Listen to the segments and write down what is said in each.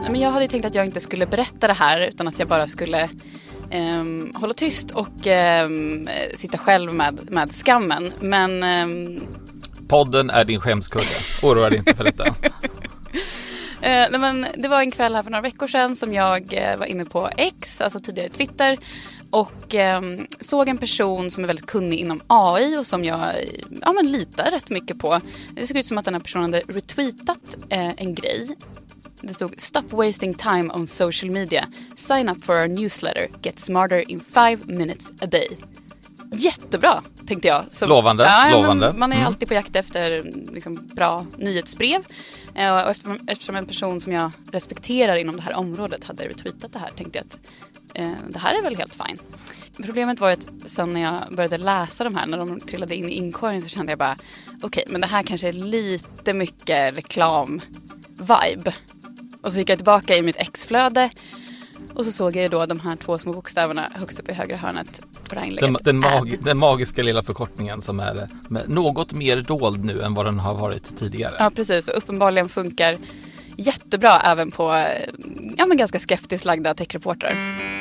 Men jag hade ju tänkt att jag inte skulle berätta det här utan att jag bara skulle hålla tyst och sitta själv med skammen. Men podden är din skämskudde. Oroa dig inte för detta. Nej, men det var en kväll här för några veckor sedan som jag var inne på X, alltså tidigare Twitter, och såg en person som är väldigt kunnig inom AI och som jag litar rätt mycket på. Det såg ut som att den här personen hade retweetat en grej. Det stod "Stop wasting time on social media. Sign up for our newsletter. Get smarter in 5 minutes a day." Jättebra, tänkte jag. Så, lovande. Lovande. Man är alltid på jakt efter liksom, bra nyhetsbrev. Och eftersom en person som jag respekterar inom det här området hade retweetat det här, tänkte jag att det här är väl helt fine. Problemet var att sen när jag började läsa de här, när de trillade in i inkorgen, så kände jag bara okej, men det här kanske är lite mycket reklam-vibe. Och så gick jag tillbaka i mitt X-flöde och så såg jag då de här 2 små bokstäverna högst upp i högra hörnet på det här inlägget. Den magiska lilla förkortningen som är något mer dold nu än vad den har varit tidigare. Ja, precis. Och uppenbarligen funkar jättebra även på ganska skeptiskt lagda techreportrar.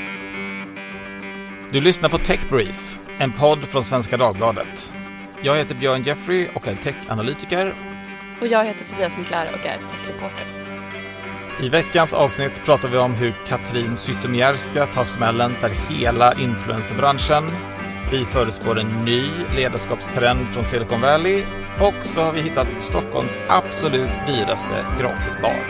Du lyssnar på Tech Brief, en podd från Svenska Dagbladet. Jag heter Björn Jeffrey och är tech-analytiker. Och jag heter Sofia Sinclair och är techreporter. I veckans avsnitt pratar vi om hur Katrin Zytomierska tar smällen för hela influencerbranschen. Vi förutspår en ny ledarskapstrend från Silicon Valley. Och så har vi hittat Stockholms absolut dyraste gratisbar.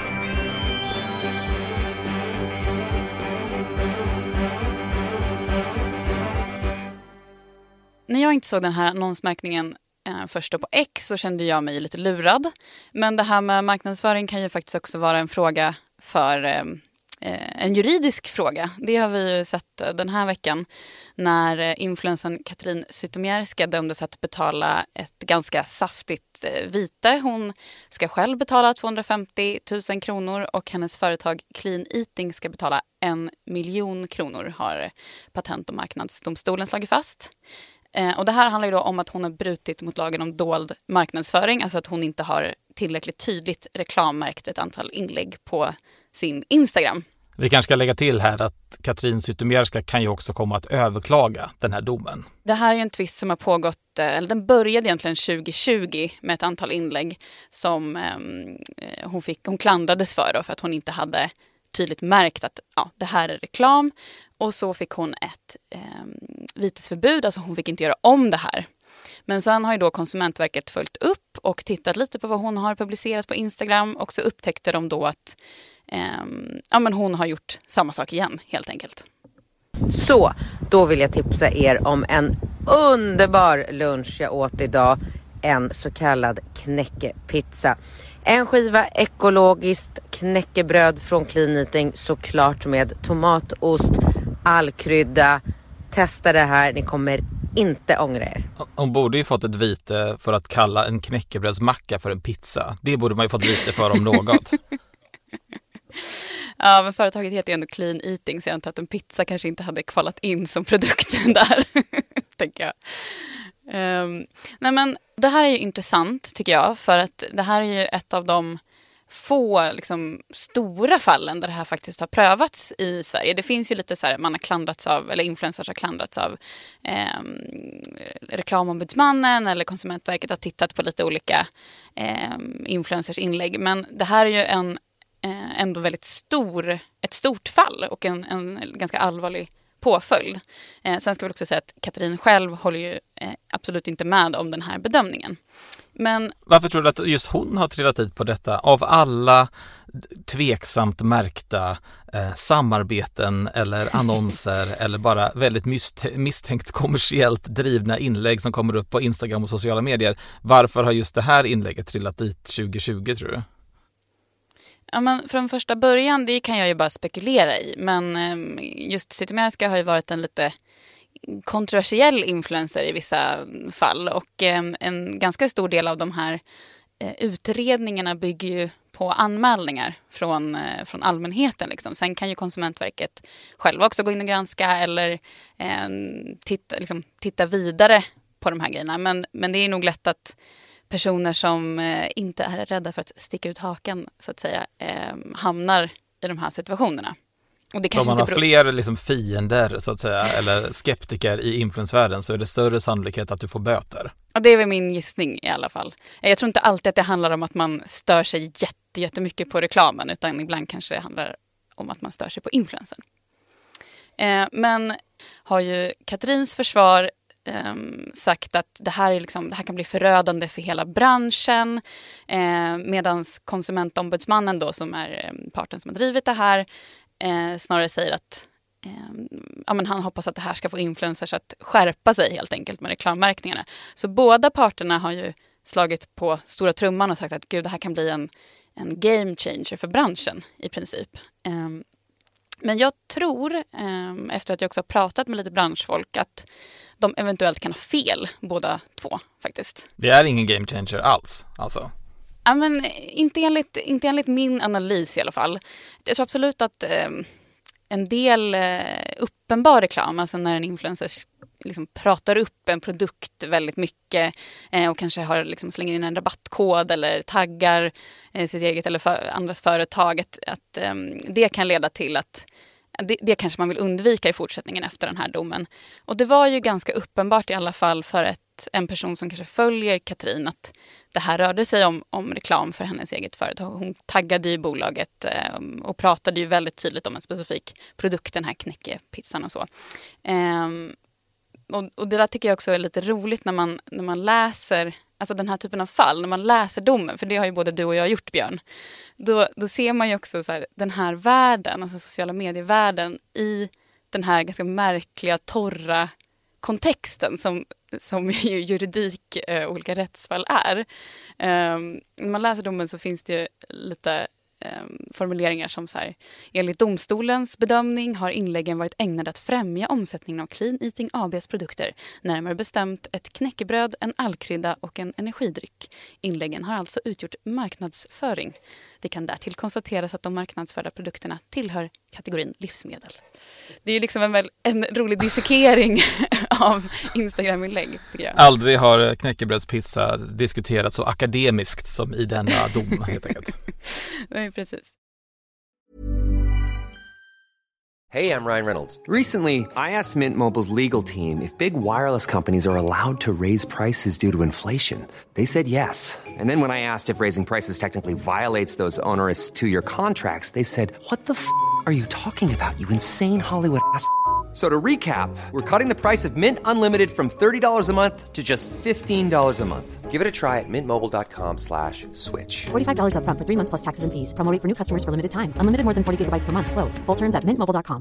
När jag inte såg den här annonsmärkningen först då på X så kände jag mig lite lurad. Men det här med marknadsföring kan ju faktiskt också vara en fråga för en juridisk fråga. Det har vi ju sett den här veckan när influencern Katrin Zytomierska dömdes att betala ett ganska saftigt vite. Hon ska själv betala 250 000 kronor och hennes företag Clean Eating ska betala 1 miljon kronor, har Patent- och marknadsdomstolen slagit fast. Och det här handlar ju då om att hon har brutit mot lagen om dold marknadsföring, alltså att hon inte har tillräckligt tydligt reklammärkt ett antal inlägg på sin Instagram. Vi kanske ska lägga till här att Katrin Zytomierska kan ju också komma att överklaga den här domen. Det här är ju en tvist som har pågått, eller den började egentligen 2020 med ett antal inlägg som hon klandrades för att hon inte hade tydligt märkt att det här är reklam. Och så fick hon ett vitesförbud, alltså hon fick inte göra om det här. Men sen har ju då Konsumentverket följt upp och tittat lite på vad hon har publicerat på Instagram. Och så upptäckte de då att men hon har gjort samma sak igen, helt enkelt. Så, då vill jag tipsa er om en underbar lunch jag åt idag. En så kallad knäckepizza. En skiva ekologiskt knäckebröd från Clean Eating, såklart med tomatost, all krydda. Testa det här, ni kommer inte ångra er. Hon borde ju fått ett vite för att kalla en knäckebrödsmacka för en pizza. Det borde man ju fått vite för om något. Ja, men företaget heter ju ändå Clean Eating, så jag antar att en pizza kanske inte hade kvalat in som produkten där, tänker jag. Nej, men det här är ju intressant, tycker jag, för att det här är ju ett av de få liksom, stora fallen där det här faktiskt har prövats i Sverige. Det finns ju lite så här, man har klandrats av, eller influencers har klandrats av reklamombudsmannen eller Konsumentverket har tittat på lite olika influencers inlägg. Men det här är ju ändå väldigt ett stort fall och en ganska allvarlig påföljd. Sen ska vi också säga att Katrin själv håller ju absolut inte med om den här bedömningen. Men varför tror du att just hon har trillat dit på detta? Av alla tveksamt märkta samarbeten eller annonser eller bara väldigt misstänkt kommersiellt drivna inlägg som kommer upp på Instagram och sociala medier. Varför har just det här inlägget trillat dit 2020, tror du? Ja, men från första början, det kan jag ju bara spekulera i. Men just Zytomierska har ju varit en lite kontroversiell influencer i vissa fall. Och en ganska stor del av de här utredningarna bygger ju på anmälningar från allmänheten. Liksom. Sen kan ju Konsumentverket själva också gå in och granska eller titta vidare på de här grejerna. Men det är nog lätt att personer som inte är rädda för att sticka ut hakan, så att säga, hamnar i de här situationerna. Och det Så om kanske man har inte fler liksom fiender så att säga, eller skeptiker i influensvärlden, så är det större sannolikhet att du får böter. Ja, det är väl min gissning i alla fall. Jag tror inte alltid att det handlar om att man stör sig jättemycket på reklamen, utan ibland kanske det handlar om att man stör sig på influensen. Men har ju Katarins försvar sagt att det här kan bli förödande för hela branschen, medan konsumentombudsmannen då, som är parten som har drivit det här, snarare säger att men han hoppas att det här ska få influencers att skärpa sig helt enkelt med reklammärkningarna. Så båda parterna har ju slagit på stora trumman och sagt att gud, det här kan bli en game changer för branschen i princip. Men jag tror, efter att jag också har pratat med lite branschfolk, att de eventuellt kan ha fel, båda två faktiskt. Det är ingen game changer alls, alltså? Ja, men inte enligt min analys i alla fall. Jag tror absolut att en del uppenbar reklam, alltså när en influencer liksom pratar upp en produkt väldigt mycket och kanske har liksom slänger in en rabattkod eller taggar sitt eget eller andras företag, att det kan leda till att det kanske man vill undvika i fortsättningen efter den här domen. Och det var ju ganska uppenbart i alla fall för en person som kanske följer Katrin att det här rörde sig om reklam för hennes eget företag. Hon taggade ju bolaget och pratade ju väldigt tydligt om en specifik produkt, den här knäckepizzan och så. Och det där tycker jag också är lite roligt när man läser, alltså den här typen av fall, när man läser domen, för det har ju både du och jag gjort, Björn. Då ser man ju också så här, den här världen, alltså sociala medievärlden, i den här ganska märkliga, torra kontexten som ju juridik och olika rättsfall är. När man läser domen så finns det ju lite formuleringar som så här: enligt domstolens bedömning har inläggen varit ägnade att främja omsättningen av Clean Eating ABs produkter, närmare bestämt ett knäckebröd, en allkrydda och en energidryck. Inläggen har alltså utgjort marknadsföring. Det kan därtill konstateras att de marknadsförda produkterna tillhör kategorin livsmedel. Det är ju liksom en rolig dissekering av Instagram-inlägg, tycker jag. Aldrig har knäckebrödspizza diskuterats så akademiskt som i denna dom, helt enkelt. Nej, precis. Hey, I'm Ryan Reynolds. Recently, I asked Mint Mobile's legal team if big wireless companies are allowed to raise prices due to inflation. They said yes. And then when I asked if raising prices technically violates those onerous two-year contracts, they said, what the f*** are you talking about, you insane Hollywood ass f- So to recap, we're cutting the price of Mint Unlimited from $30 a month to just $15 a month. Give it a try at mintmobile.com/switch. $45 up front for 3 months plus taxes and fees. Promo rate for new customers for limited time. Unlimited more than 40 gigabytes per month. Slows full terms at mintmobile.com.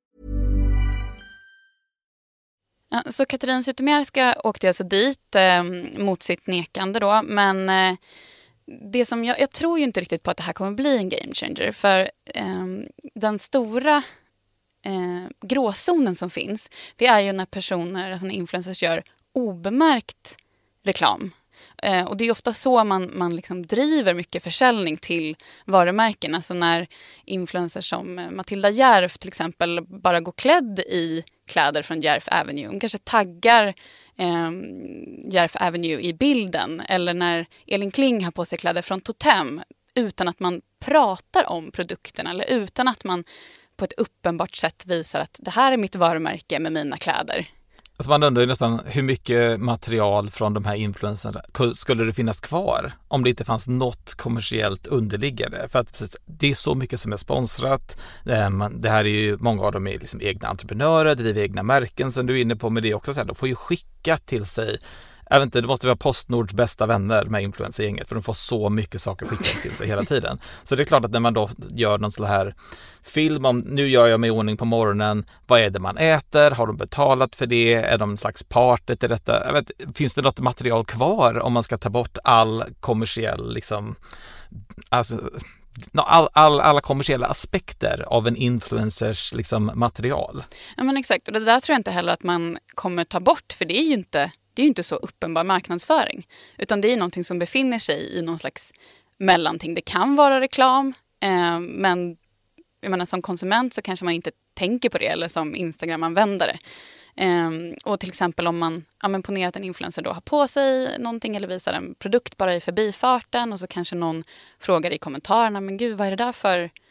Ja, så Katarina Zytomierska åkte alltså dit mot sitt nekande då, men det som jag tror ju inte riktigt på att det här kommer bli en game changer, för den stora gråzonen som finns, det är ju när personer, alltså när influencers gör obemärkt reklam. Och det är ofta så man liksom driver mycket försäljning till varumärken. Alltså när influencers som Matilda Järf till exempel bara går klädd i kläder från Järf Avenue. Hon kanske taggar Järf Avenue i bilden. Eller när Elin Kling har på sig kläder från Totem utan att man pratar om produkterna eller utan att man på ett uppenbart sätt visar att det här är mitt varumärke med mina kläder. Alltså man undrar ju nästan hur mycket material från de här influencerna skulle det finnas kvar om det inte fanns något kommersiellt underliggande. För att precis, det är så mycket som är sponsrat. Det här är ju, många av dem är liksom egna entreprenörer, driver egna märken som du är inne på, med det också. Så här, de får ju skicka till sig. Jag vet inte, det måste vara Postnords bästa vänner med influencergänget, för de får så mycket saker skickat till sig hela tiden. Så det är klart att när man då gör någon sån här film om, nu gör jag mig i ordning på morgonen, vad är det man äter, har de betalat för det, är de en slags partner till detta? Jag vet, finns det något material kvar om man ska ta bort all kommersiell liksom, alltså alla kommersiella aspekter av en influencers liksom material? Ja, men exakt, och det där tror jag inte heller att man kommer ta bort, för det är ju inte så uppenbar marknadsföring, utan det är någonting som befinner sig i någon slags mellanting. Det kan vara reklam, men jag menar, som konsument så kanske man inte tänker på det, eller som Instagram-användare. Och till exempel om man ponerar att en influencer då har på sig någonting eller visar en produkt bara i förbifarten, och så kanske någon frågar i kommentarerna, men gud, vad är det där för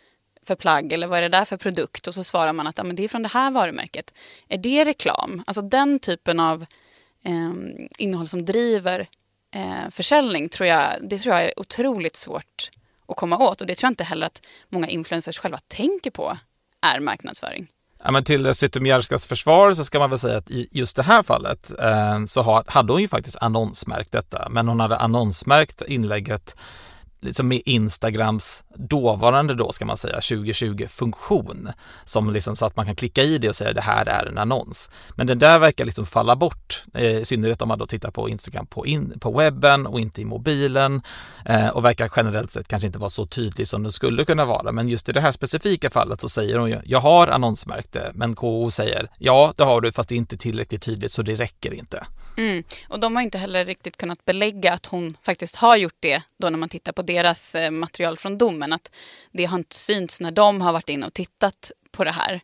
för plagg eller vad är det där för produkt? Och så svarar man att men det är från det här varumärket. Är det reklam? Alltså den typen av innehåll som driver försäljning tror jag är otroligt svårt att komma åt. Och det tror jag inte heller att många influencers själva tänker på är marknadsföring. Ja, men till Zytomierskas försvar så ska man väl säga att i just det här fallet så hade hon ju faktiskt annonsmärkt detta. Men hon hade annonsmärkt inlägget liksom med Instagrams dåvarande då ska man säga 2020-funktion som liksom så att man kan klicka i det och säga det här är en annons. Men den där verkar liksom falla bort, i synnerhet om man då tittar på Instagram på webben och inte i mobilen och verkar generellt sett kanske inte vara så tydlig som den skulle kunna vara. Men just i det här specifika fallet så säger hon ju, jag har annonsmärkt det, men KO säger ja det har du fast det är inte tillräckligt tydligt så det räcker inte. Och de har inte heller riktigt kunnat belägga att hon faktiskt har gjort det då när man tittar på deras material från domen. Att det har inte synts när de har varit inne och tittat på det här.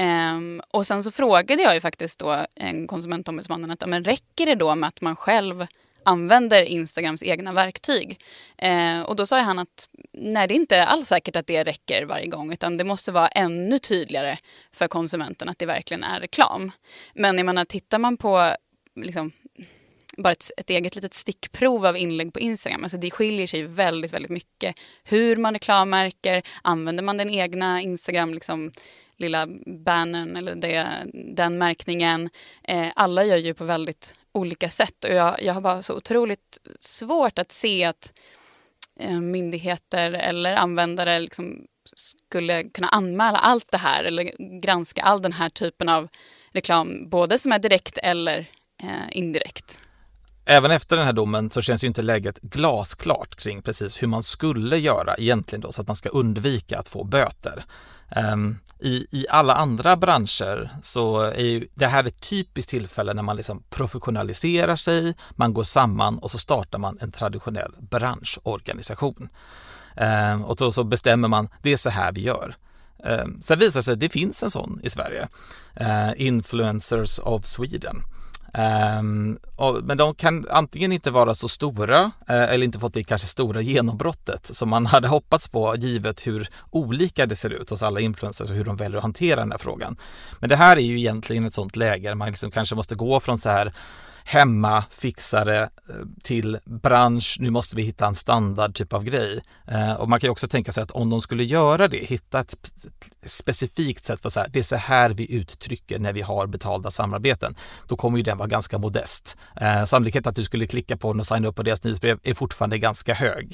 Och sen så frågade jag ju faktiskt då konsumentombudsmannen att men räcker det då med att man själv använder Instagrams egna verktyg? Och då sa han att nej, det är inte alls säkert att det räcker varje gång utan det måste vara ännu tydligare för konsumenten att det verkligen är reklam. Men jag menar, tittar man på liksom bara ett eget litet stickprov av inlägg på Instagram. Alltså det skiljer sig väldigt, väldigt mycket. Hur man reklammärker, använder man den egna Instagram liksom, lilla bannern eller den märkningen. Alla gör ju på väldigt olika sätt. Och jag har bara så otroligt svårt att se att myndigheter eller användare liksom skulle kunna anmäla allt det här eller granska all den här typen av reklam, både som är direkt eller indirekt. Även efter den här domen så känns ju inte läget glasklart kring precis hur man skulle göra egentligen då så att man ska undvika att få böter. I alla andra branscher så är ju det här ett typiskt tillfälle när man liksom professionaliserar sig, man går samman och så startar man en traditionell branschorganisation. Och då så bestämmer man, det är så här vi gör. Sen visar det sig att det finns en sån i Sverige. Influencers of Sweden. Men de kan antingen inte vara så stora eller inte fått det kanske stora genombrottet som man hade hoppats på givet hur olika det ser ut hos alla influencers och hur de väljer att hantera den här frågan. Men det här är ju egentligen ett sånt läge där man liksom kanske måste gå från så här hemma, fixare till bransch, nu måste vi hitta en standard typ av grej. Och man kan ju också tänka sig att om de skulle göra det, hitta ett specifikt sätt för så här, det är så här vi uttrycker när vi har betalda samarbeten, då kommer ju den vara ganska modest. Sannolikheten att du skulle klicka på den och signa upp på deras nyhetsbrev är fortfarande ganska hög.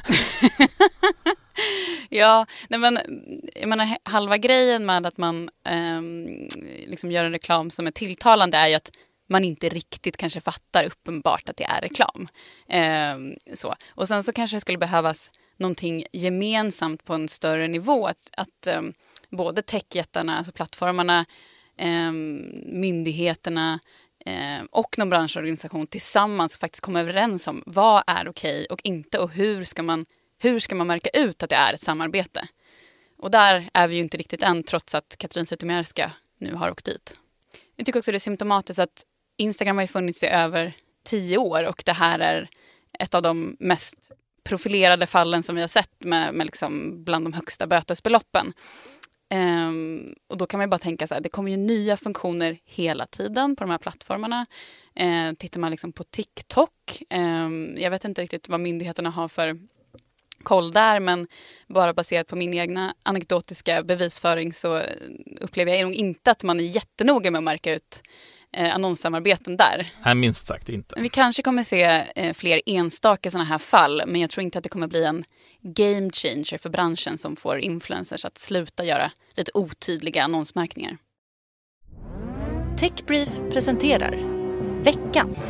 Ja, men jag menar, halva grejen med att man liksom gör en reklam som är tilltalande är ju att man inte riktigt kanske fattar uppenbart att det är reklam. Så. Och sen så kanske det skulle behövas någonting gemensamt på en större nivå. Att både techjättarna, alltså plattformarna, myndigheterna och någon branschorganisation tillsammans faktiskt komma överens om vad är okej och inte och hur ska man märka ut att det är ett samarbete. Och där är vi ju inte riktigt än trots att Katrin Zytomierska nu har åkt dit. Jag tycker också det är symptomatiskt att Instagram har ju funnits i över 10 år och det här är ett av de mest profilerade fallen som vi har sett med liksom bland de högsta bötesbeloppen. Och då kan man ju bara tänka så här, det kommer ju nya funktioner hela tiden på de här plattformarna. Tittar man liksom på TikTok, jag vet inte riktigt vad myndigheterna har för koll där, men bara baserat på min egna anekdotiska bevisföring så upplever jag nog inte att man är jättenoga med att märka ut annonssamarbeten där. Nej, minst sagt inte. Vi kanske kommer se fler enstaka sådana här fall, men jag tror inte att det kommer bli en game changer för branschen som får influencers att sluta göra lite otydliga annonsmärkningar. Techbrief presenterar veckans.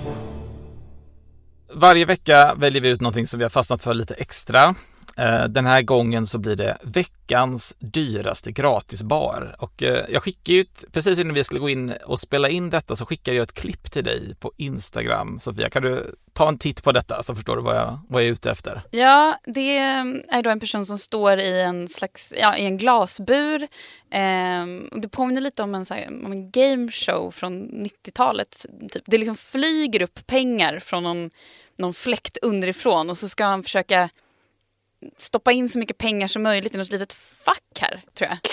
Varje vecka väljer vi ut någonting som vi har fastnat för lite extra. Den här gången så blir det veckans dyraste gratisbar. Och jag skickade ut, precis innan vi skulle gå in och spela in detta så skickade jag ett klipp till dig på Instagram. Sofia, kan du ta en titt på detta så förstår du vad jag är ute efter? Ja, det är då en person som står i en slags, i en glasbur. Och det påminner lite om en gameshow från 90-talet. Typ. Det liksom flyger upp pengar från någon fläkt underifrån och så ska han försöka stoppa in så mycket pengar som möjligt i något litet fack här, tror jag.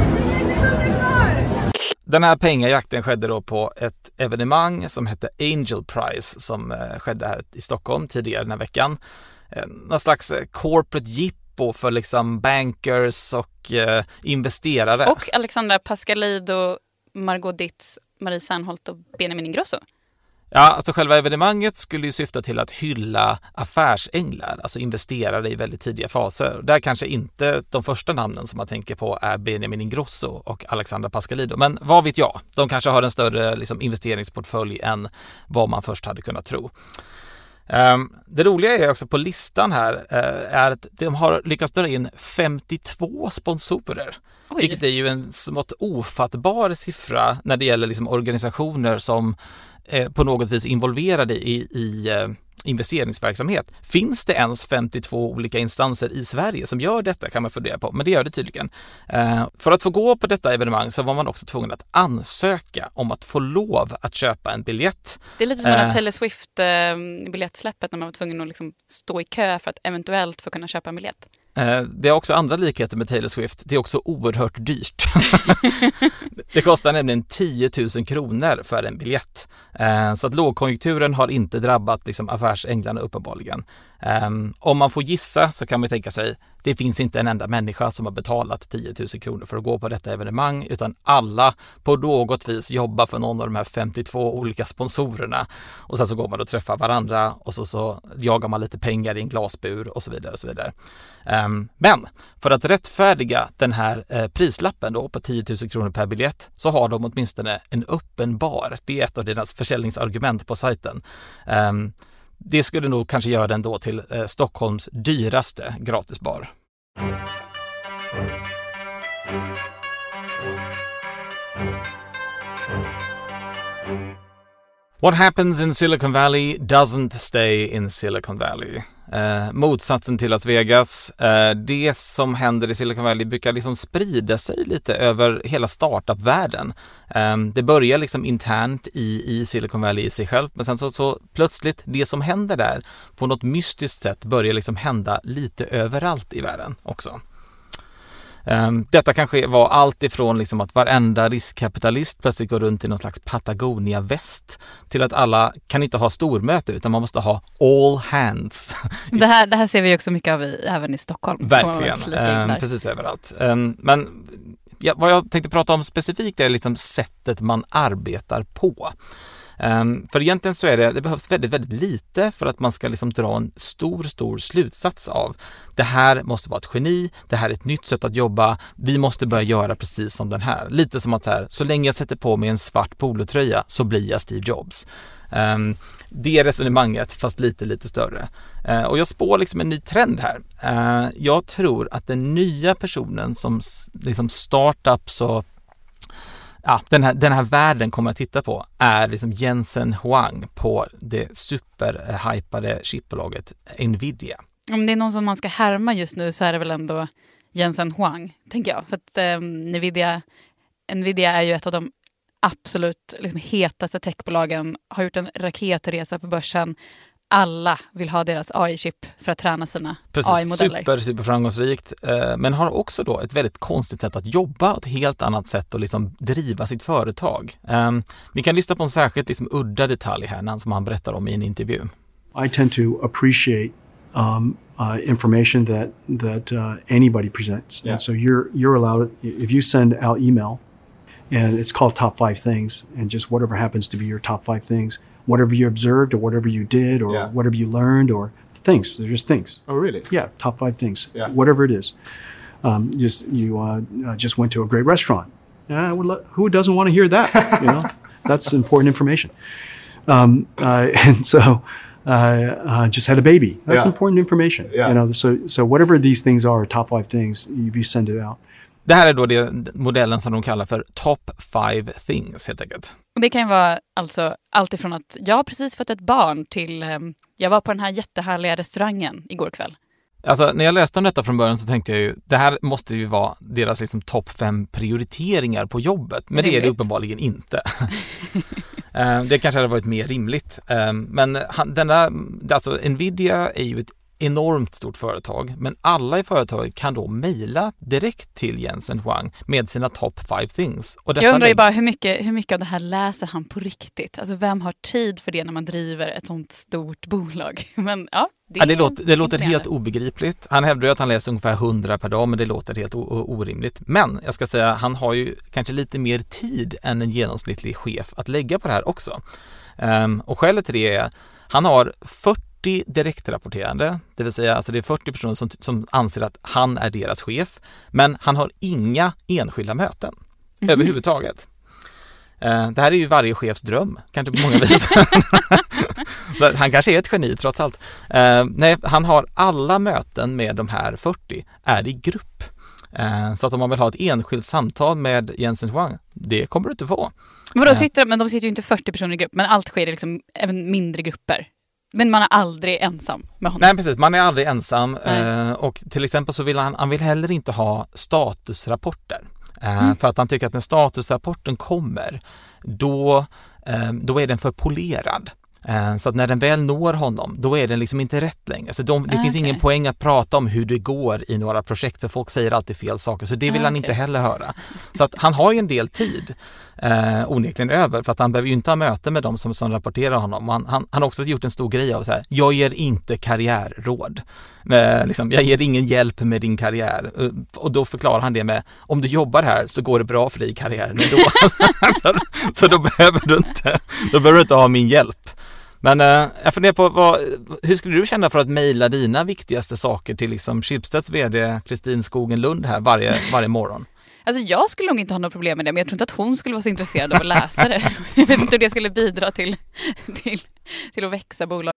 Den här pengajakten skedde då på ett evenemang som hette Angel Prize som skedde här i Stockholm tidigare den här veckan. Någon slags corporate jippo för liksom bankers och investerare. Och Alexandra Pascalidou, Margot Dietz, Marie Serneholt och Benjamin Ingrosso. Ja, alltså själva evenemanget skulle ju syfta till att hylla affärsänglar, alltså investerare i väldigt tidiga faser. Där kanske inte de första namnen som man tänker på är Benjamin Ingrosso och Alexandra Pascalidou. Men vad vet jag? De kanske har en större liksom, investeringsportfölj än vad man först hade kunnat tro. Det roliga är också på listan här är att de har lyckats dra in 52 sponsorer. Oj. Vilket är ju en smått ofattbar siffra när det gäller liksom organisationer som på något vis involverade i investeringsverksamhet. Finns det ens 52 olika instanser i Sverige som gör detta, kan man fundera på, men det gör det tydligen. För att få gå på detta evenemang så var man också tvungen att ansöka om att få lov att köpa en biljett. Det är lite som den här Taylor Swift-biljettsläppet när man var tvungen att liksom stå i kö för att eventuellt få kunna köpa en biljett. Det är också andra likheter med Taylor Swift. Det är också oerhört dyrt. Det kostar nämligen 10 000 kronor för en biljett. Så att lågkonjunkturen har inte drabbat liksom affärsänglarna uppenbarligen. Om man får gissa så kan man tänka sig, det finns inte en enda människa som har betalat 10 000 kronor för att gå på detta evenemang, utan alla på något vis jobbar för någon av de här 52 olika sponsorerna. Och sen så går man och träffar varandra och så jagar man lite pengar i en glasbur och så vidare och så vidare. Men för att rättfärdiga den här prislappen då på 10 000 kronor per biljett så har de åtminstone en öppen bar. Det är ett av deras försäljningsargument på sajten. Det skulle nog kanske göra den då till Stockholms dyraste gratisbar. What happens in Silicon Valley doesn't stay in Silicon Valley. Motsatsen till Las Vegas. Det som händer i Silicon Valley brukar liksom sprida sig lite över hela startup-världen. Det börjar liksom internt i Silicon Valley i sig själv, men sen så plötsligt det som händer där på något mystiskt sätt börjar liksom hända lite överallt i världen också. Detta kanske var allt ifrån liksom att varenda riskkapitalist plötsligt går runt i någon slags Patagonia-väst till att alla kan inte ha stormöte utan man måste ha all hands. Det här ser vi också mycket av även i Stockholm. Verkligen, precis överallt. Men vad jag tänkte prata om specifikt är liksom sättet man arbetar på. För egentligen så är det behövs väldigt, väldigt lite för att man ska liksom dra en stor slutsats av det här måste vara ett geni, det här är ett nytt sätt att jobba, vi måste börja göra precis som den här. Lite som att så länge jag sätter på mig en svart polotröja så blir jag Steve Jobs. Det är resonemanget fast lite större. Och jag spår liksom en ny trend här. Jag tror att den nya personen som liksom startups och den här världen kommer att titta på är liksom Jensen Huang på det superhypade chipbolaget Nvidia. Om det är någon som man ska härma just nu så är det väl ändå Jensen Huang, tänker jag. För att Nvidia är ju ett av de absolut liksom hetaste techbolagen, har gjort en raketresa på börsen. Alla vill ha deras AI-chip för att träna sina AI-modeller. Super framgångsrikt, men har också då ett väldigt konstigt sätt att jobba, ett helt annat sätt att liksom driva sitt företag. Vi kan lyssna på en särskilt liksom udda detalj här som han berättar om i en intervju. I tend to appreciate information that anybody presents. Yeah. And so you're allowed, if you send out email and it's called top 5 things and just whatever happens to be your top 5 things, whatever you observed or whatever you did or whatever you learned or things. They're just things. Oh, really? Yeah, top 5 things. Yeah. Whatever it is. Just went to a great restaurant. Who doesn't want to hear that? You know, that's important information. And so just had a baby. That's important information. Yeah. You know, so whatever these things are, top 5 things, you send it out. Det här är då modellen som de kallar för top 5 things helt enkelt. Och det kan ju vara alltså allt ifrån att jag har precis fått ett barn till jag var på den här jättehärliga restaurangen igår kväll. Alltså när jag läste om detta från början så tänkte jag ju det här måste ju vara deras liksom topp 5 prioriteringar på jobbet. Men det är det uppenbarligen inte. Det kanske hade varit mer rimligt. Men alltså Nvidia är ju ett enormt stort företag, men alla i företaget kan då mejla direkt till Jensen Huang med sina top 5 things. Och jag undrar ju bara hur mycket av det här läser han på riktigt? Alltså vem har tid för det när man driver ett sånt stort bolag? Men ja, det låter helt obegripligt. Han hävdar ju att han läser ungefär 100 per dag, men det låter helt orimligt. Men jag ska säga, han har ju kanske lite mer tid än en genomsnittlig chef att lägga på det här också. Och skälet till det är han har 40 direktrapporterande, det vill säga alltså det är 40 personer som anser att han är deras chef, men han har inga enskilda möten överhuvudtaget. Det här är ju varje chefs dröm, kanske på många vis. Han kanske är ett geni trots allt. Nej, han har alla möten med de här 40 är i grupp. Så att om man vill ha ett enskilt samtal med Jensen Huang, det kommer du inte få. Men de sitter ju inte 40 personer i grupp, men allt sker liksom även mindre grupper. Men man är aldrig ensam med honom. Nej, precis. Man är aldrig ensam. Och till exempel så vill han vill heller inte ha statusrapporter. För att han tycker att när statusrapporten kommer, då är den för polerad. Så att när den väl når honom, då är den liksom inte rätt längre. Så det finns ingen poäng att prata om hur det går i några projekt, för folk säger alltid fel saker. Så det vill han inte heller höra. Så att han har ju en del tid onekligen över, för att han behöver ju inte ha möte med dem som rapporterar honom. Han har också gjort en stor grej av så här: jag ger inte karriärråd. Jag ger ingen hjälp med din karriär. Och då förklarar han det med: om du jobbar här så går det bra för dig i karriären ändå. så då behöver du inte ha min hjälp. Men jag funderar på hur skulle du känna för att mejla dina viktigaste saker till liksom Schibsteds vd Kristin Skogen Lund här varje morgon? Alltså jag skulle nog inte ha något problem med det, men jag tror inte att hon skulle vara så intresserad av att läsa det. Jag vet inte hur det skulle bidra till att växa bolag.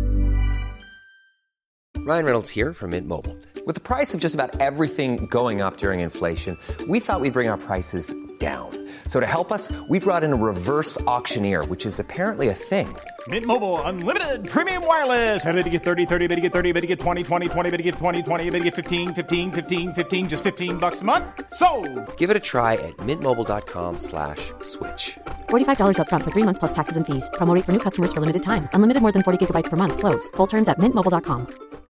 Ryan Reynolds here from Mint Mobile. With the price of just about everything going up during inflation, we thought we'd bring our prices down. So to help us, we brought in a reverse auctioneer, which is apparently a thing. Mint Mobile Unlimited Premium Wireless. How to get 30, 30, bit to get 30, bit to get 20, 20, 20, bit to get 20, 20, bit to get 15, 15, 15, 15, just $15 a month? Sold! Give it a try at mintmobile.com/switch. $45 up front for 3 months plus taxes and fees. Promo rate for new customers for limited time. Unlimited more than 40 gigabytes per month. Slows full terms at mintmobile.com.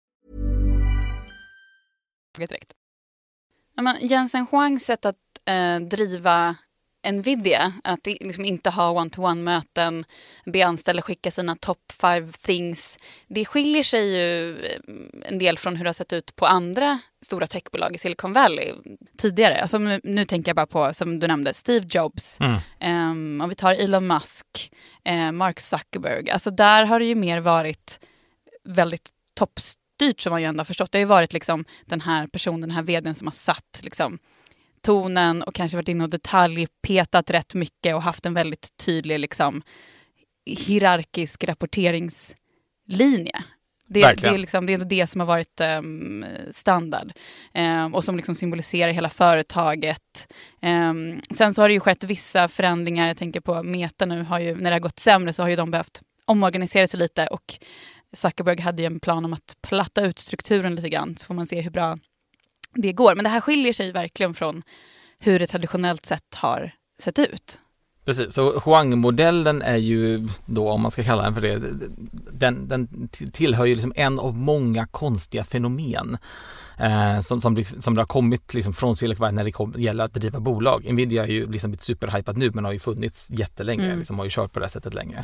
Direkt. Jensen Huangs sätt att driva Nvidia, att liksom inte ha one-to-one-möten, be anställda skicka sina top 5 things, det skiljer sig ju en del från hur det har sett ut på andra stora techbolag i Silicon Valley tidigare. Alltså nu tänker jag bara på, som du nämnde, Steve Jobs, om vi tar Elon Musk, Mark Zuckerberg. Alltså där har det ju mer varit väldigt toppstyrt, som man ju ändå har förstått. Det har ju varit liksom den här personen, den här vdn som har satt liksom tonen och kanske varit inne och detaljpetat rätt mycket och haft en väldigt tydlig liksom hierarkisk rapporteringslinje. Det är det som har varit standard och som liksom symboliserar hela företaget. Sen så har det ju skett vissa förändringar. Jag tänker på Meta nu, har ju, när det har gått sämre så har ju de behövt omorganisera sig lite, och Zuckerberg hade ju en plan om att platta ut strukturen lite grann, så får man se hur bra det går. Men det här skiljer sig verkligen från hur det traditionellt sett har sett ut. Precis, så Huang-modellen är ju då, om man ska kalla den för det, den tillhör ju liksom en av många konstiga fenomen som det har kommit liksom från Silicon Valley när det gäller att driva bolag. Nvidia är ju liksom blivit superhypat nu, men har ju funnits jättelänge, liksom har ju kört på det här sättet länge.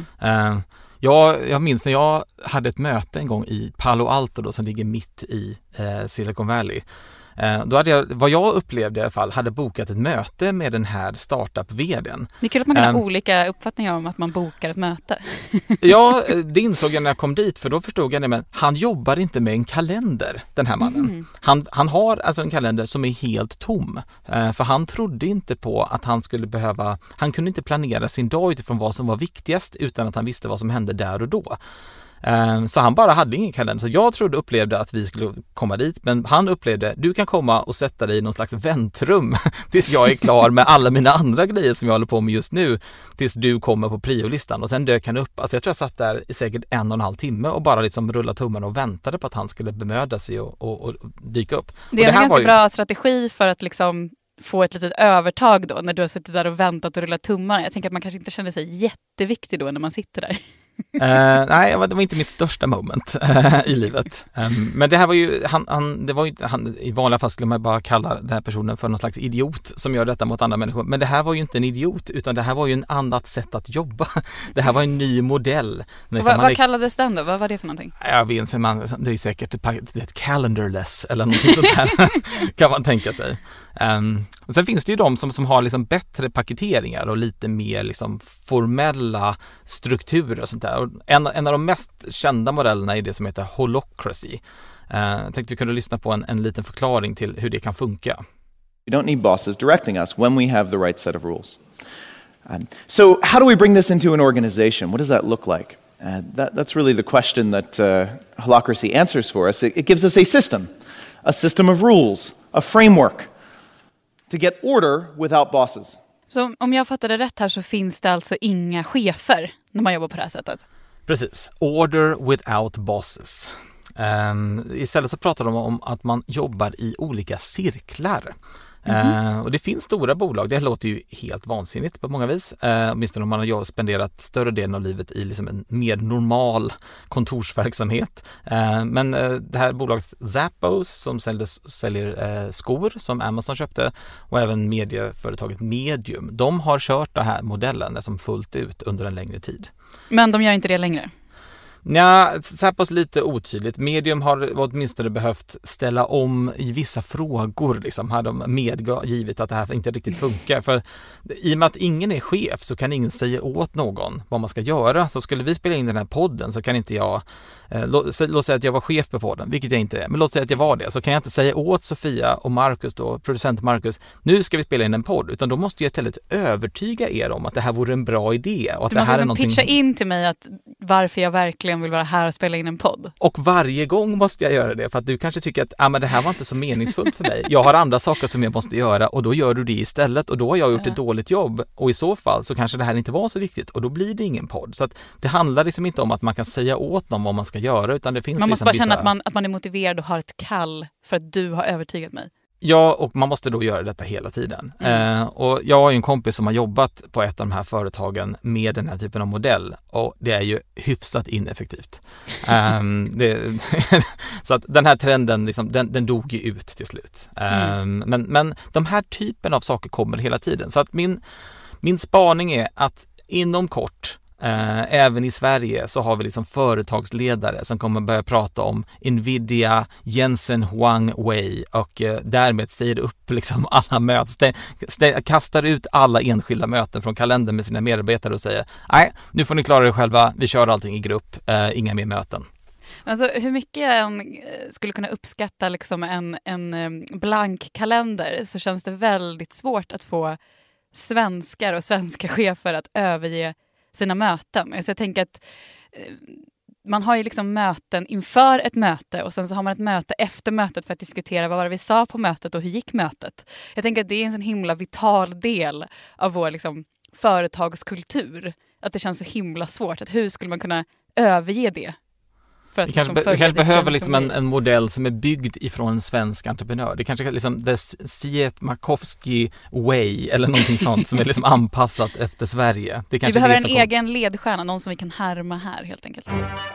Jag minns när jag hade ett möte en gång i Palo Alto då, som ligger mitt i Silicon Valley. Då hade jag, vad jag upplevde i alla fall, hade bokat ett möte med den här startup-vdn. Det är kul att man kan ha olika uppfattningar om att man bokar ett möte. Ja, det insåg jag när jag kom dit, för då förstod jag det, men han jobbar inte med en kalender, den här mannen. Han har alltså en kalender som är helt tom, för han trodde inte på att han kunde inte planera sin dag utifrån vad som var viktigast utan att han visste vad som hände där och då. Så han bara hade ingen kalender. Så jag upplevde att vi skulle komma dit, men han upplevde, du kan komma och sätta dig i någon slags väntrum tills jag är klar med alla mina andra grejer som jag håller på med just nu, tills du kommer på priolistan. Och sen dök han upp. Alltså jag tror jag satt där i säkert 1,5 timme och bara liksom rullade tummarna och väntade på att han skulle bemöda sig och dyka upp. Det är en ganska bra strategi för att liksom få ett litet övertag då, när du har suttit där och väntat och rullat tummarna. Jag tänker att man kanske inte känner sig jätteviktig då när man sitter där. Nej, det var inte mitt största moment i livet. Men det här var ju, han, i vanliga fall skulle man bara kalla den här personen för någon slags idiot som gör detta mot andra människor. Men det här var ju inte en idiot, utan det här var ju en annat sätt att jobba. Det här var en ny modell. Vad kallades den då? Vad var det för någonting? Jag vet inte, det är säkert calendarless eller något sånt där kan man tänka sig. Sen finns det ju de som har liksom bättre paketeringar och lite mer liksom formella strukturer och sånt där. Och en av de mest kända modellerna är det som heter Holacracy. Jag tänkte vi kunde lyssna på en liten förklaring till hur det kan funka. We don't need bosses directing us when we have the right set of rules. So how do we bring this into an organization? What does that look like? That's really the question that Holacracy answers for us. It gives us a system of rules, a framework to get order without bosses. Så om jag fattar det rätt här så finns det alltså inga chefer när man jobbar på det här sättet? Precis. Order without bosses. Istället så pratar de om att man jobbar i olika cirklar. Och det finns stora bolag, det låter ju helt vansinnigt på många vis. Åtminstone om man har spenderat större delen av livet i liksom en mer normal kontorsverksamhet. Men det här bolaget Zappos som säljer skor som Amazon köpte och även medieföretaget Medium, de har kört den här modellen som fullt ut under en längre tid. Men de gör inte det längre? Ja, Zappos lite otydligt. Medium har åtminstone behövt ställa om i vissa frågor. Liksom, har de medgivit att det här inte riktigt funkar. För i och med att ingen är chef så kan ingen säga åt någon vad man ska göra. Så skulle vi spela in den här podden så kan inte jag, låt säga att jag var chef på podden, vilket jag inte är. Men låt säga att jag var det, så kan jag inte säga åt Sofia och Marcus då, producent Marcus, nu ska vi spela in en podd. Utan då måste jag istället övertyga er om att det här vore en bra idé. Och att du det måste här är någonting... pitcha in till mig att varför jag verkligen vill vara här och spela in en podd. Och varje gång måste jag göra det för att du kanske tycker att men det här var inte så meningsfullt för mig. Jag har andra saker som jag måste göra och då gör du det istället och då har jag gjort ett dåligt jobb och i så fall så kanske det här inte var så viktigt och då blir det ingen podd. Så att det handlar liksom inte om att man kan säga åt någon vad man ska göra utan det finns man måste liksom bara känna att man är motiverad och har ett kall för att du har övertygat mig. Ja, och man måste då göra detta hela tiden. Och jag har ju en kompis som har jobbat på ett av de här företagen med den här typen av modell och det är ju hyfsat ineffektivt. Så att den här trenden, liksom, den dog ju ut till slut. Men de här typen av saker kommer hela tiden. Så att min spaning är att inom kort även i Sverige så har vi liksom företagsledare som kommer börja prata om Nvidia, Jensen Huang Wei och därmed säger upp liksom alla möten, kastar ut alla enskilda möten från kalendern med sina medarbetare och säger nej, nu får ni klara er själva, vi kör allting i grupp, inga mer möten. Alltså, hur mycket jag skulle kunna uppskatta liksom en blank kalender så känns det väldigt svårt att få svenskar och svenska chefer att överge sina möten. Så jag tänker att man har ju liksom möten inför ett möte och sen så har man ett möte efter mötet för att diskutera vad var det vi sa på mötet och hur gick mötet. Jag tänker att det är en sån himla vital del av vår liksom företagskultur. Att det känns så himla svårt. Att hur skulle man kunna överge det? För att vi kanske behöver liksom en modell som är byggd ifrån en svensk entreprenör. Det kanske liksom the Sietmakowski way eller någonting sånt som är liksom anpassat efter Sverige. Det vi behöver en egen ledstjärna, någon som vi kan härma här helt enkelt.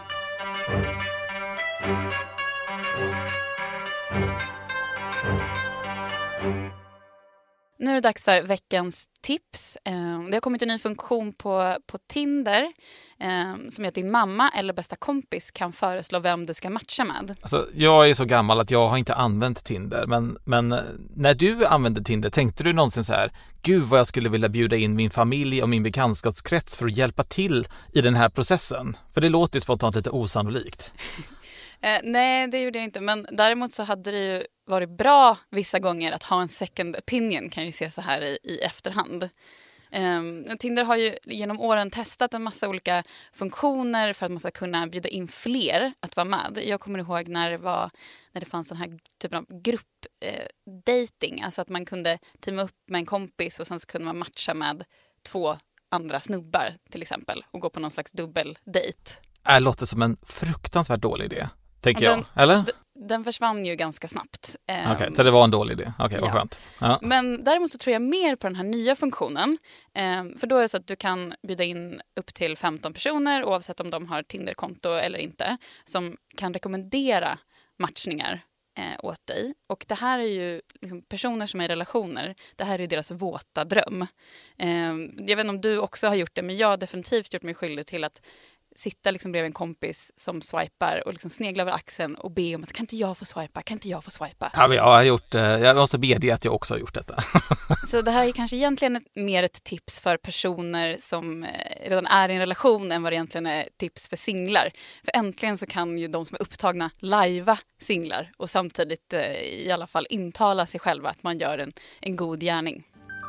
Nu är det dags för veckans tips. Det har kommit en ny funktion på Tinder som gör att din mamma eller bästa kompis kan föreslå vem du ska matcha med. Alltså, jag är så gammal att jag har inte använt Tinder. Men när du använde Tinder, tänkte du någonsin så här, gud vad jag skulle vilja bjuda in min familj och min bekantskapskrets för att hjälpa till i den här processen? För det låter spontant lite osannolikt. Nej, det gjorde jag inte. Men däremot så hade det ju varit bra vissa gånger att ha en second opinion, kan jag ju se så här i efterhand. Tinder har ju genom åren testat en massa olika funktioner för att man ska kunna bjuda in fler att vara med. Jag kommer ihåg när det fanns den här typen av gruppdating. Alltså att man kunde teama upp med en kompis och sen så kunde man matcha med 2 andra snubbar till exempel och gå på någon slags dubbeldate. Det låter som en fruktansvärt dålig idé, tänker jag. Eller? den försvann ju ganska snabbt. Okej, så det var en dålig idé. Okej, vad skönt. Ja. Men däremot så tror jag mer på den här nya funktionen. För då är det så att du kan bjuda in upp till 15 personer oavsett om de har Tinder-konto eller inte, som kan rekommendera matchningar åt dig. Och det här är ju liksom personer som är i relationer. Det här är ju deras våta dröm. Jag vet inte om du också har gjort det, men jag har definitivt gjort mig skyldig till att sitta liksom bredvid en kompis som swipar och liksom snegla över axeln och be om att kan inte jag få swipa? Ja, jag har gjort, jag måste bedja att jag också har gjort detta. Så det här är kanske egentligen mer ett tips för personer som redan är i en relation än vad det egentligen är tips för singlar. För äntligen så kan ju de som är upptagna lajva singlar och samtidigt i alla fall intala sig själva att man gör en god gärning.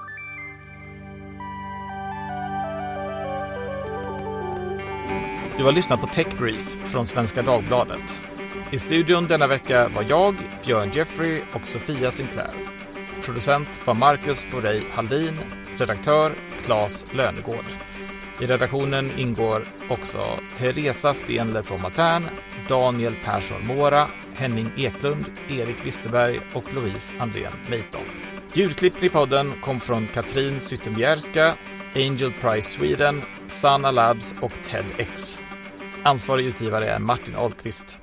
Du har lyssnat på Tech Brief från Svenska Dagbladet. I studion denna vecka var jag, Björn Jeffrey och Sofia Sinclair. Producent var Marcus Borrey Haldin, redaktör Claes Lönegård. I redaktionen ingår också Teresa Stenler från Matern, Daniel Persson Mora, Henning Eklund, Erik Wisterberg och Louise Andrén Meiton. Ljudklippen i podden kom från Katrin Zytomierska, Angel Prize Sweden, Sana Labs och TEDx. Ansvarig utgivare är Martin Ahlqvist.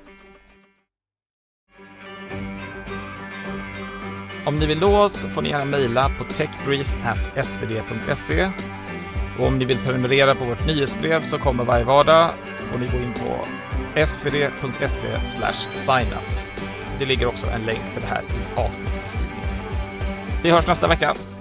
Om ni vill nå oss får ni gärna mejla på techbrief@svd.se. Och om ni vill prenumerera på vårt nyhetsbrev så kommer varje vardag får ni gå in på svd.se/signup. Det ligger också en länk för det här i avsnittsbeskrivningen. Vi hörs nästa vecka.